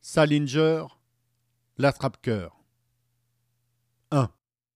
Salinger, l'attrape-cœur. 1.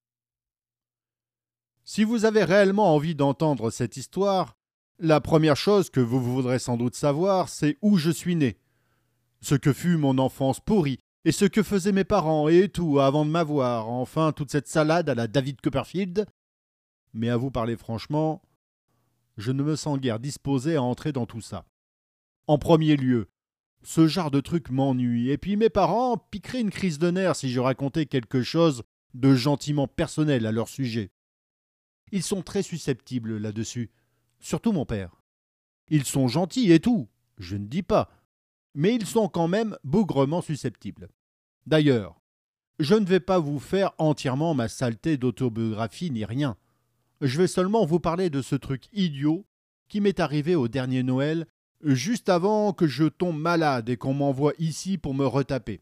Si vous avez réellement envie d'entendre cette histoire, la première chose que vous voudrez sans doute savoir, c'est où je suis né, ce que fut mon enfance pourrie, et ce que faisaient mes parents et tout avant de m'avoir, enfin toute cette salade à la David Copperfield. Mais à vous parler franchement, je ne me sens guère disposé à entrer dans tout ça. En premier lieu, ce genre de truc m'ennuie, et puis mes parents piqueraient une crise de nerfs si je racontais quelque chose de gentiment personnel à leur sujet. Ils sont très susceptibles là-dessus, surtout mon père. Ils sont gentils et tout, je ne dis pas, mais ils sont quand même bougrement susceptibles. D'ailleurs, je ne vais pas vous faire entièrement ma saleté d'autobiographie ni rien. Je vais seulement vous parler de ce truc idiot qui m'est arrivé au dernier Noël, juste avant que je tombe malade et qu'on m'envoie ici pour me retaper.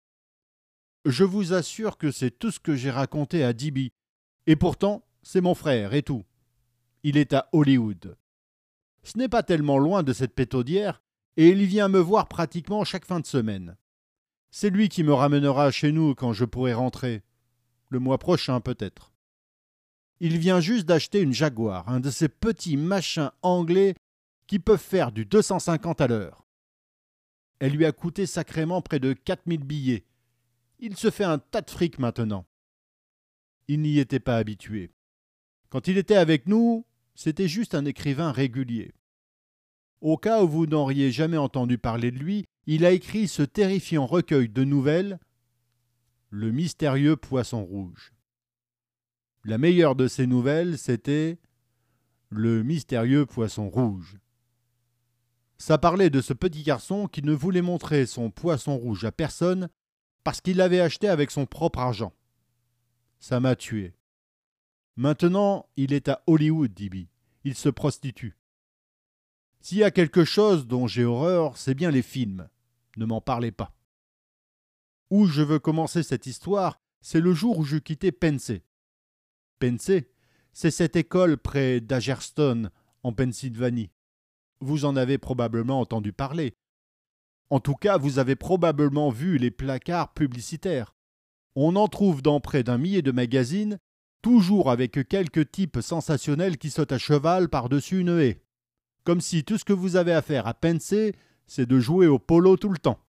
Je vous assure que c'est tout ce que j'ai raconté à Diby, et pourtant, c'est mon frère et tout. Il est à Hollywood. Ce n'est pas tellement loin de cette pétaudière, et il vient me voir pratiquement chaque fin de semaine. C'est lui qui me ramènera chez nous quand je pourrai rentrer. Le mois prochain, peut-être. Il vient juste d'acheter une Jaguar, un de ces petits machins anglais qui peuvent faire du 250 à l'heure. Elle lui a coûté sacrément près de 4000 billets. Il se fait un tas de fric maintenant. Il n'y était pas habitué. Quand il était avec nous, c'était juste un écrivain régulier. Au cas où vous n'auriez jamais entendu parler de lui, il a écrit ce terrifiant recueil de nouvelles, Le mystérieux poisson rouge. La meilleure de ces nouvelles, c'était Le mystérieux poisson rouge. Ça parlait de ce petit garçon qui ne voulait montrer son poisson rouge à personne parce qu'il l'avait acheté avec son propre argent. Ça m'a tué. Maintenant, il est à Hollywood, Diby. Il se prostitue. S'il y a quelque chose dont j'ai horreur, c'est bien les films. Ne m'en parlez pas. Où je veux commencer cette histoire, c'est le jour où je quittais Penn State. Penn State, c'est cette école près d'Agerstone, en Pennsylvanie. Vous en avez probablement entendu parler. En tout cas, vous avez probablement vu les placards publicitaires. On en trouve dans près d'un millier de magazines, toujours avec quelques types sensationnels qui sautent à cheval par-dessus une haie. Comme si tout ce que vous avez à faire à Penn State, c'est de jouer au polo tout le temps.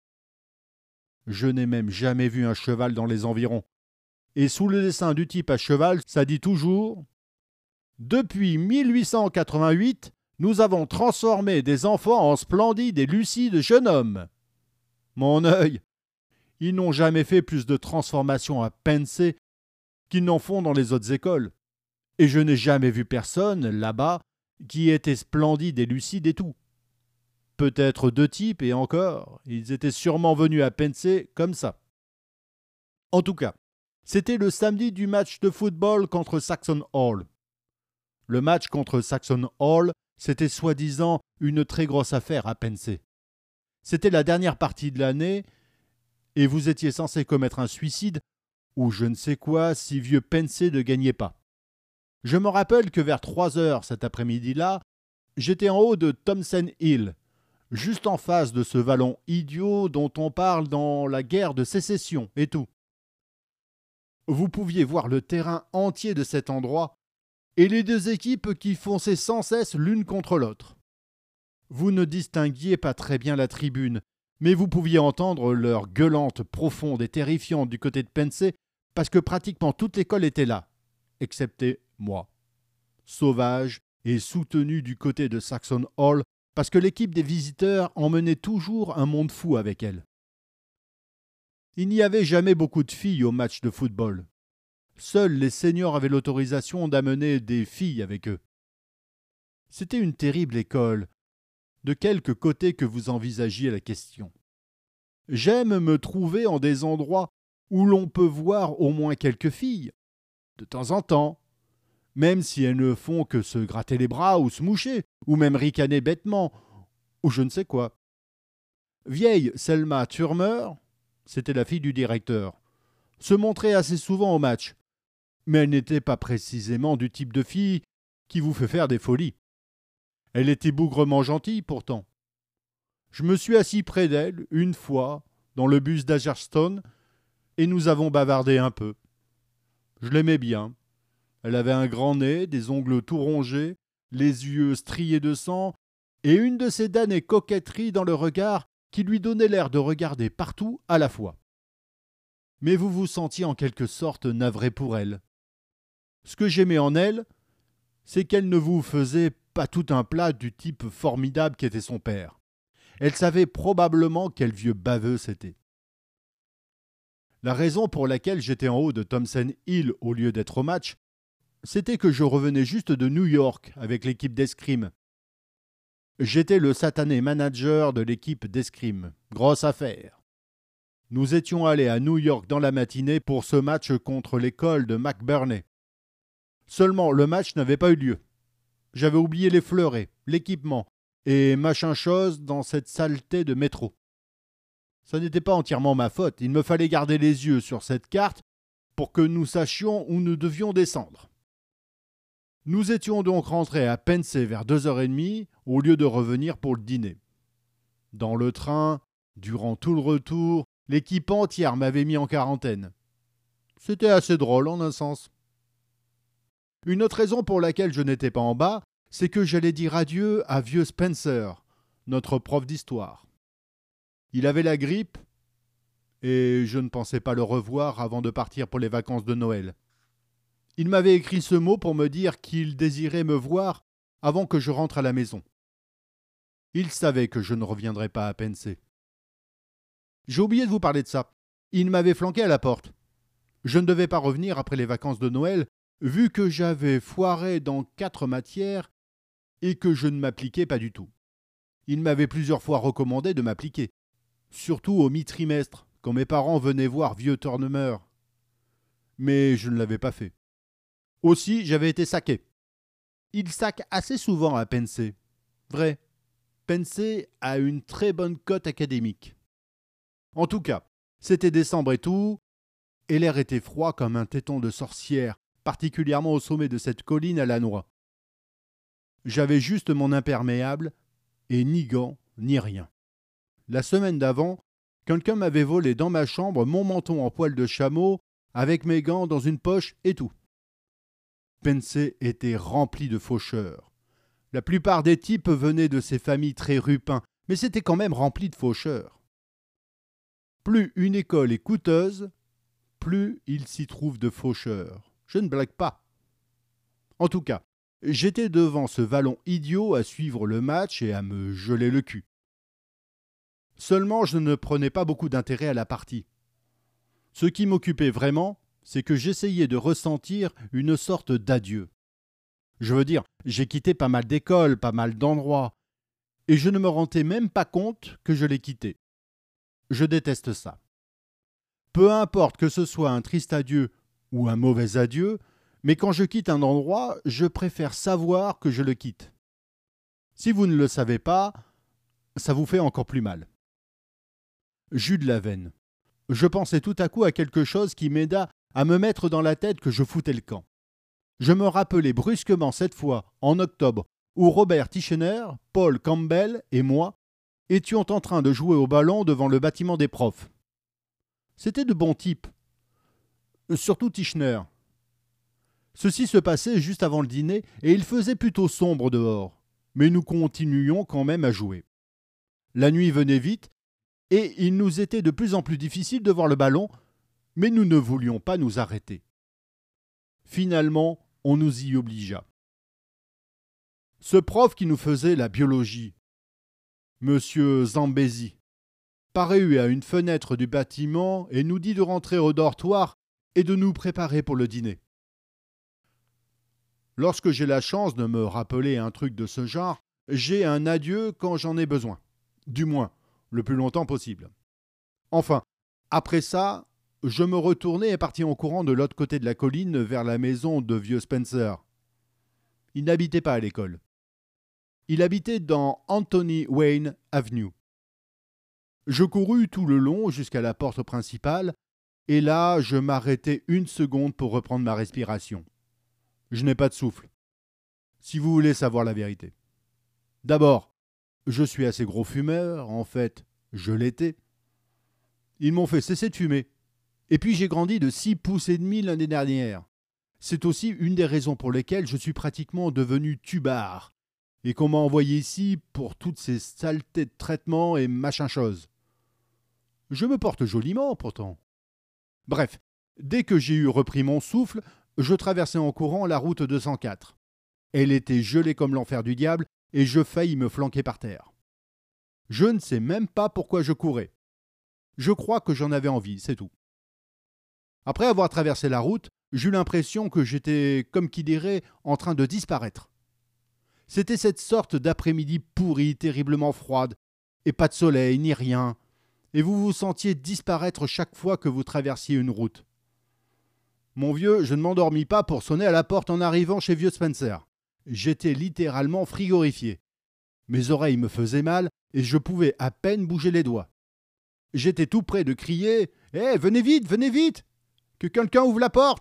Je n'ai même jamais vu un cheval dans les environs. Et sous le dessin du type à cheval, ça dit toujours « Depuis 1888, nous avons transformé des enfants en splendides et lucides jeunes hommes. » Mon œil, ils n'ont jamais fait plus de transformations à Penn State qu'ils n'en font dans les autres écoles. Et je n'ai jamais vu personne, là-bas, qui était splendide et lucide et tout. Peut-être deux types, et encore, ils étaient sûrement venus à Penn State comme ça. En tout cas, c'était le samedi du match de football contre Saxon Hall. Le match contre Saxon Hall, c'était soi-disant une très grosse affaire à Penn State. C'était la dernière partie de l'année, et vous étiez censé commettre un suicide, ou je ne sais quoi, si vieux Penn State ne gagnait pas. Je me rappelle que vers 3 heures cet après-midi-là, j'étais en haut de Thompson Hill, juste en face de ce vallon idiot dont on parle dans la guerre de sécession et tout. Vous pouviez voir le terrain entier de cet endroit et les deux équipes qui fonçaient sans cesse l'une contre l'autre. Vous ne distinguiez pas très bien la tribune, mais vous pouviez entendre leur gueulante profonde et terrifiante du côté de Penn State parce que pratiquement toute l'école était là, excepté moi. Sauvage et soutenu du côté de Saxon Hall parce que l'équipe des visiteurs emmenait toujours un monde fou avec elle. Il n'y avait jamais beaucoup de filles au match de football. Seuls les seniors avaient l'autorisation d'amener des filles avec eux. C'était une terrible école, de quelque côté que vous envisagiez la question. J'aime me trouver en des endroits où l'on peut voir au moins quelques filles, de temps en temps, même si elles ne font que se gratter les bras ou se moucher, ou même ricaner bêtement, ou je ne sais quoi. Vieille Selma Turner, c'était la fille du directeur, se montrait assez souvent au match, mais elle n'était pas précisément du type de fille qui vous fait faire des folies. Elle était bougrement gentille pourtant. Je me suis assis près d'elle, une fois, dans le bus d'Agerstone, et nous avons bavardé un peu. Je l'aimais bien. Elle avait un grand nez, des ongles tout rongés, les yeux striés de sang, et une de ces damnées coquetteries dans le regard qui lui donnait l'air de regarder partout à la fois. Mais vous vous sentiez en quelque sorte navré pour elle. Ce que j'aimais en elle, c'est qu'elle ne vous faisait pas tout un plat du type formidable qu'était son père. Elle savait probablement quel vieux baveux c'était. La raison pour laquelle j'étais en haut de Thompson Hill au lieu d'être au match, c'était que je revenais juste de New York avec l'équipe d'escrime. J'étais le satané manager de l'équipe d'escrime. Grosse affaire. Nous étions allés à New York dans la matinée pour ce match contre l'école de McBurney. Seulement, le match n'avait pas eu lieu. J'avais oublié les fleurets, l'équipement et machin chose dans cette saleté de métro. Ça n'était pas entièrement ma faute. Il me fallait garder les yeux sur cette carte pour que nous sachions où nous devions descendre. Nous étions donc rentrés à Pensey vers 2h30 au lieu de revenir pour le dîner. Dans le train, durant tout le retour, l'équipe entière m'avait mis en quarantaine. C'était assez drôle en un sens. Une autre raison pour laquelle je n'étais pas en bas, c'est que j'allais dire adieu à vieux Spencer, notre prof d'histoire. Il avait la grippe et je ne pensais pas le revoir avant de partir pour les vacances de Noël. Il m'avait écrit ce mot pour me dire qu'il désirait me voir avant que je rentre à la maison. Il savait que je ne reviendrais pas à Pensey. J'ai oublié de vous parler de ça. Il m'avait flanqué à la porte. Je ne devais pas revenir après les vacances de Noël, vu que j'avais foiré dans 4 matières et que je ne m'appliquais pas du tout. Il m'avait plusieurs fois recommandé de m'appliquer, surtout au mi-trimestre, quand mes parents venaient voir vieux Turner. Mais je ne l'avais pas fait. Aussi, j'avais été saqué. Il sac assez souvent à Pensey. Vrai. Pensey a une très bonne cote académique. En tout cas, c'était décembre et tout, et l'air était froid comme un téton de sorcière, particulièrement au sommet de cette colline à la noix. J'avais juste mon imperméable, et ni gants, ni rien. La semaine d'avant, quelqu'un m'avait volé dans ma chambre mon menton en poil de chameau, avec mes gants dans une poche et tout. Pensey était rempli de faucheurs. La plupart des types venaient de ces familles très rupins, mais c'était quand même rempli de faucheurs. Plus une école est coûteuse, plus il s'y trouve de faucheurs. Je ne blague pas. En tout cas, j'étais devant ce vallon idiot à suivre le match et à me geler le cul. Seulement, je ne prenais pas beaucoup d'intérêt à la partie. Ce qui m'occupait vraiment, c'est que j'essayais de ressentir une sorte d'adieu. Je veux dire, j'ai quitté pas mal d'écoles, pas mal d'endroits, et je ne me rendais même pas compte que je les quittais. Je déteste ça. Peu importe que ce soit un triste adieu ou un mauvais adieu, mais quand je quitte un endroit, je préfère savoir que je le quitte. Si vous ne le savez pas, ça vous fait encore plus mal. J'eus de la veine. Je pensais tout à coup à quelque chose qui m'aida à me mettre dans la tête que je foutais le camp. Je me rappelais brusquement cette fois, en octobre, où Robert Tichener, Paul Campbell et moi étions en train de jouer au ballon devant le bâtiment des profs. C'était de bons types. Surtout Tichener. Ceci se passait juste avant le dîner et il faisait plutôt sombre dehors. Mais nous continuions quand même à jouer. La nuit venait vite et il nous était de plus en plus difficile de voir le ballon, mais nous ne voulions pas nous arrêter. Finalement, on nous y obligea. Ce prof qui nous faisait la biologie, Monsieur Zambesi, parut à une fenêtre du bâtiment et nous dit de rentrer au dortoir et de nous préparer pour le dîner. Lorsque j'ai la chance de me rappeler un truc de ce genre, j'ai un adieu quand j'en ai besoin. Du moins, le plus longtemps possible. Enfin, après ça, je me retournai et partis en courant de l'autre côté de la colline vers la maison de vieux Spencer. Il n'habitait pas à l'école. Il habitait dans Anthony Wayne Avenue. Je courus tout le long jusqu'à la porte principale, et là, je m'arrêtai une seconde pour reprendre ma respiration. Je n'ai pas de souffle, si vous voulez savoir la vérité. D'abord, je suis assez gros fumeur, en fait, je l'étais. Ils m'ont fait cesser de fumer. Et puis j'ai grandi de 6 pouces et demi l'année dernière. C'est aussi une des raisons pour lesquelles je suis pratiquement devenu tubard et qu'on m'a envoyé ici pour toutes ces saletés de traitement et machin chose. Je me porte joliment pourtant. Bref, dès que j'ai eu repris mon souffle, je traversais en courant la route 204. Elle était gelée comme l'enfer du diable et je faillis me flanquer par terre. Je ne sais même pas pourquoi je courais. Je crois que j'en avais envie, c'est tout. Après avoir traversé la route, j'eus l'impression que j'étais, comme qui dirait, en train de disparaître. C'était cette sorte d'après-midi pourrie, terriblement froide, et pas de soleil, ni rien, et vous vous sentiez disparaître chaque fois que vous traversiez une route. Mon vieux, je ne m'endormis pas pour sonner à la porte en arrivant chez vieux Spencer. J'étais littéralement frigorifié. Mes oreilles me faisaient mal, et je pouvais à peine bouger les doigts. J'étais tout près de crier « Eh, venez vite! Que quelqu'un ouvre la porte !»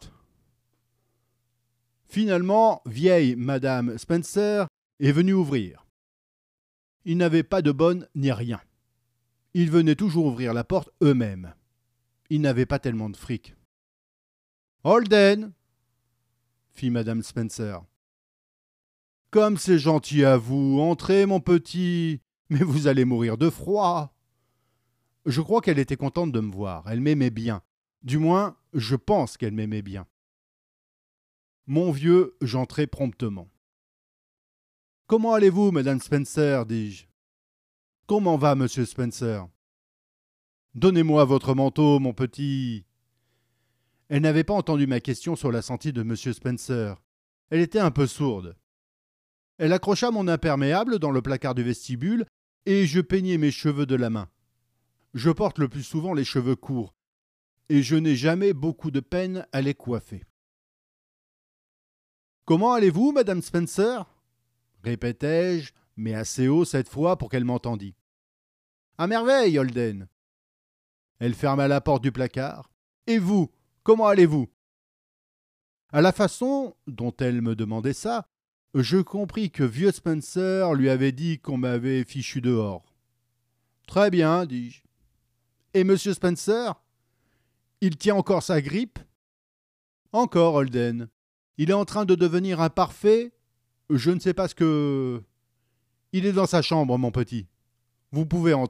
Finalement, vieille Madame Spencer est venue ouvrir. Ils n'avaient pas de bonne ni rien. Ils venaient toujours ouvrir la porte eux-mêmes. Ils n'avaient pas tellement de fric. « Holden !» fit Madame Spencer. « Comme c'est gentil à vous, entrez, mon petit, mais vous allez mourir de froid. » Je crois qu'elle était contente de me voir, elle m'aimait bien. Du moins, je pense qu'elle m'aimait bien. Mon vieux, j'entrai promptement. « Comment allez-vous, Madame Spencer ?» dis-je. « Comment va, Monsieur Spencer ?»« Donnez-moi votre manteau, mon petit. » Elle n'avait pas entendu ma question sur la santé de Monsieur Spencer. Elle était un peu sourde. Elle accrocha mon imperméable dans le placard du vestibule et je peignai mes cheveux de la main. Je porte le plus souvent les cheveux courts et je n'ai jamais beaucoup de peine à les coiffer. « Comment allez-vous, Madame Spencer ?» répétai-je, mais assez haut cette fois pour qu'elle m'entendît. « À merveille, Holden !» Elle ferma la porte du placard. « Et vous, comment allez-vous » À la façon dont elle me demandait ça, je compris que vieux Spencer lui avait dit qu'on m'avait fichu dehors. « Très bien, dis-je. Et Monsieur Spencer ? Il tient encore sa grippe ? » ?»« Encore, Holden. Il est en train de devenir un parfait. Je ne sais pas ce que... Il est dans sa chambre, mon petit. Vous pouvez entrer. »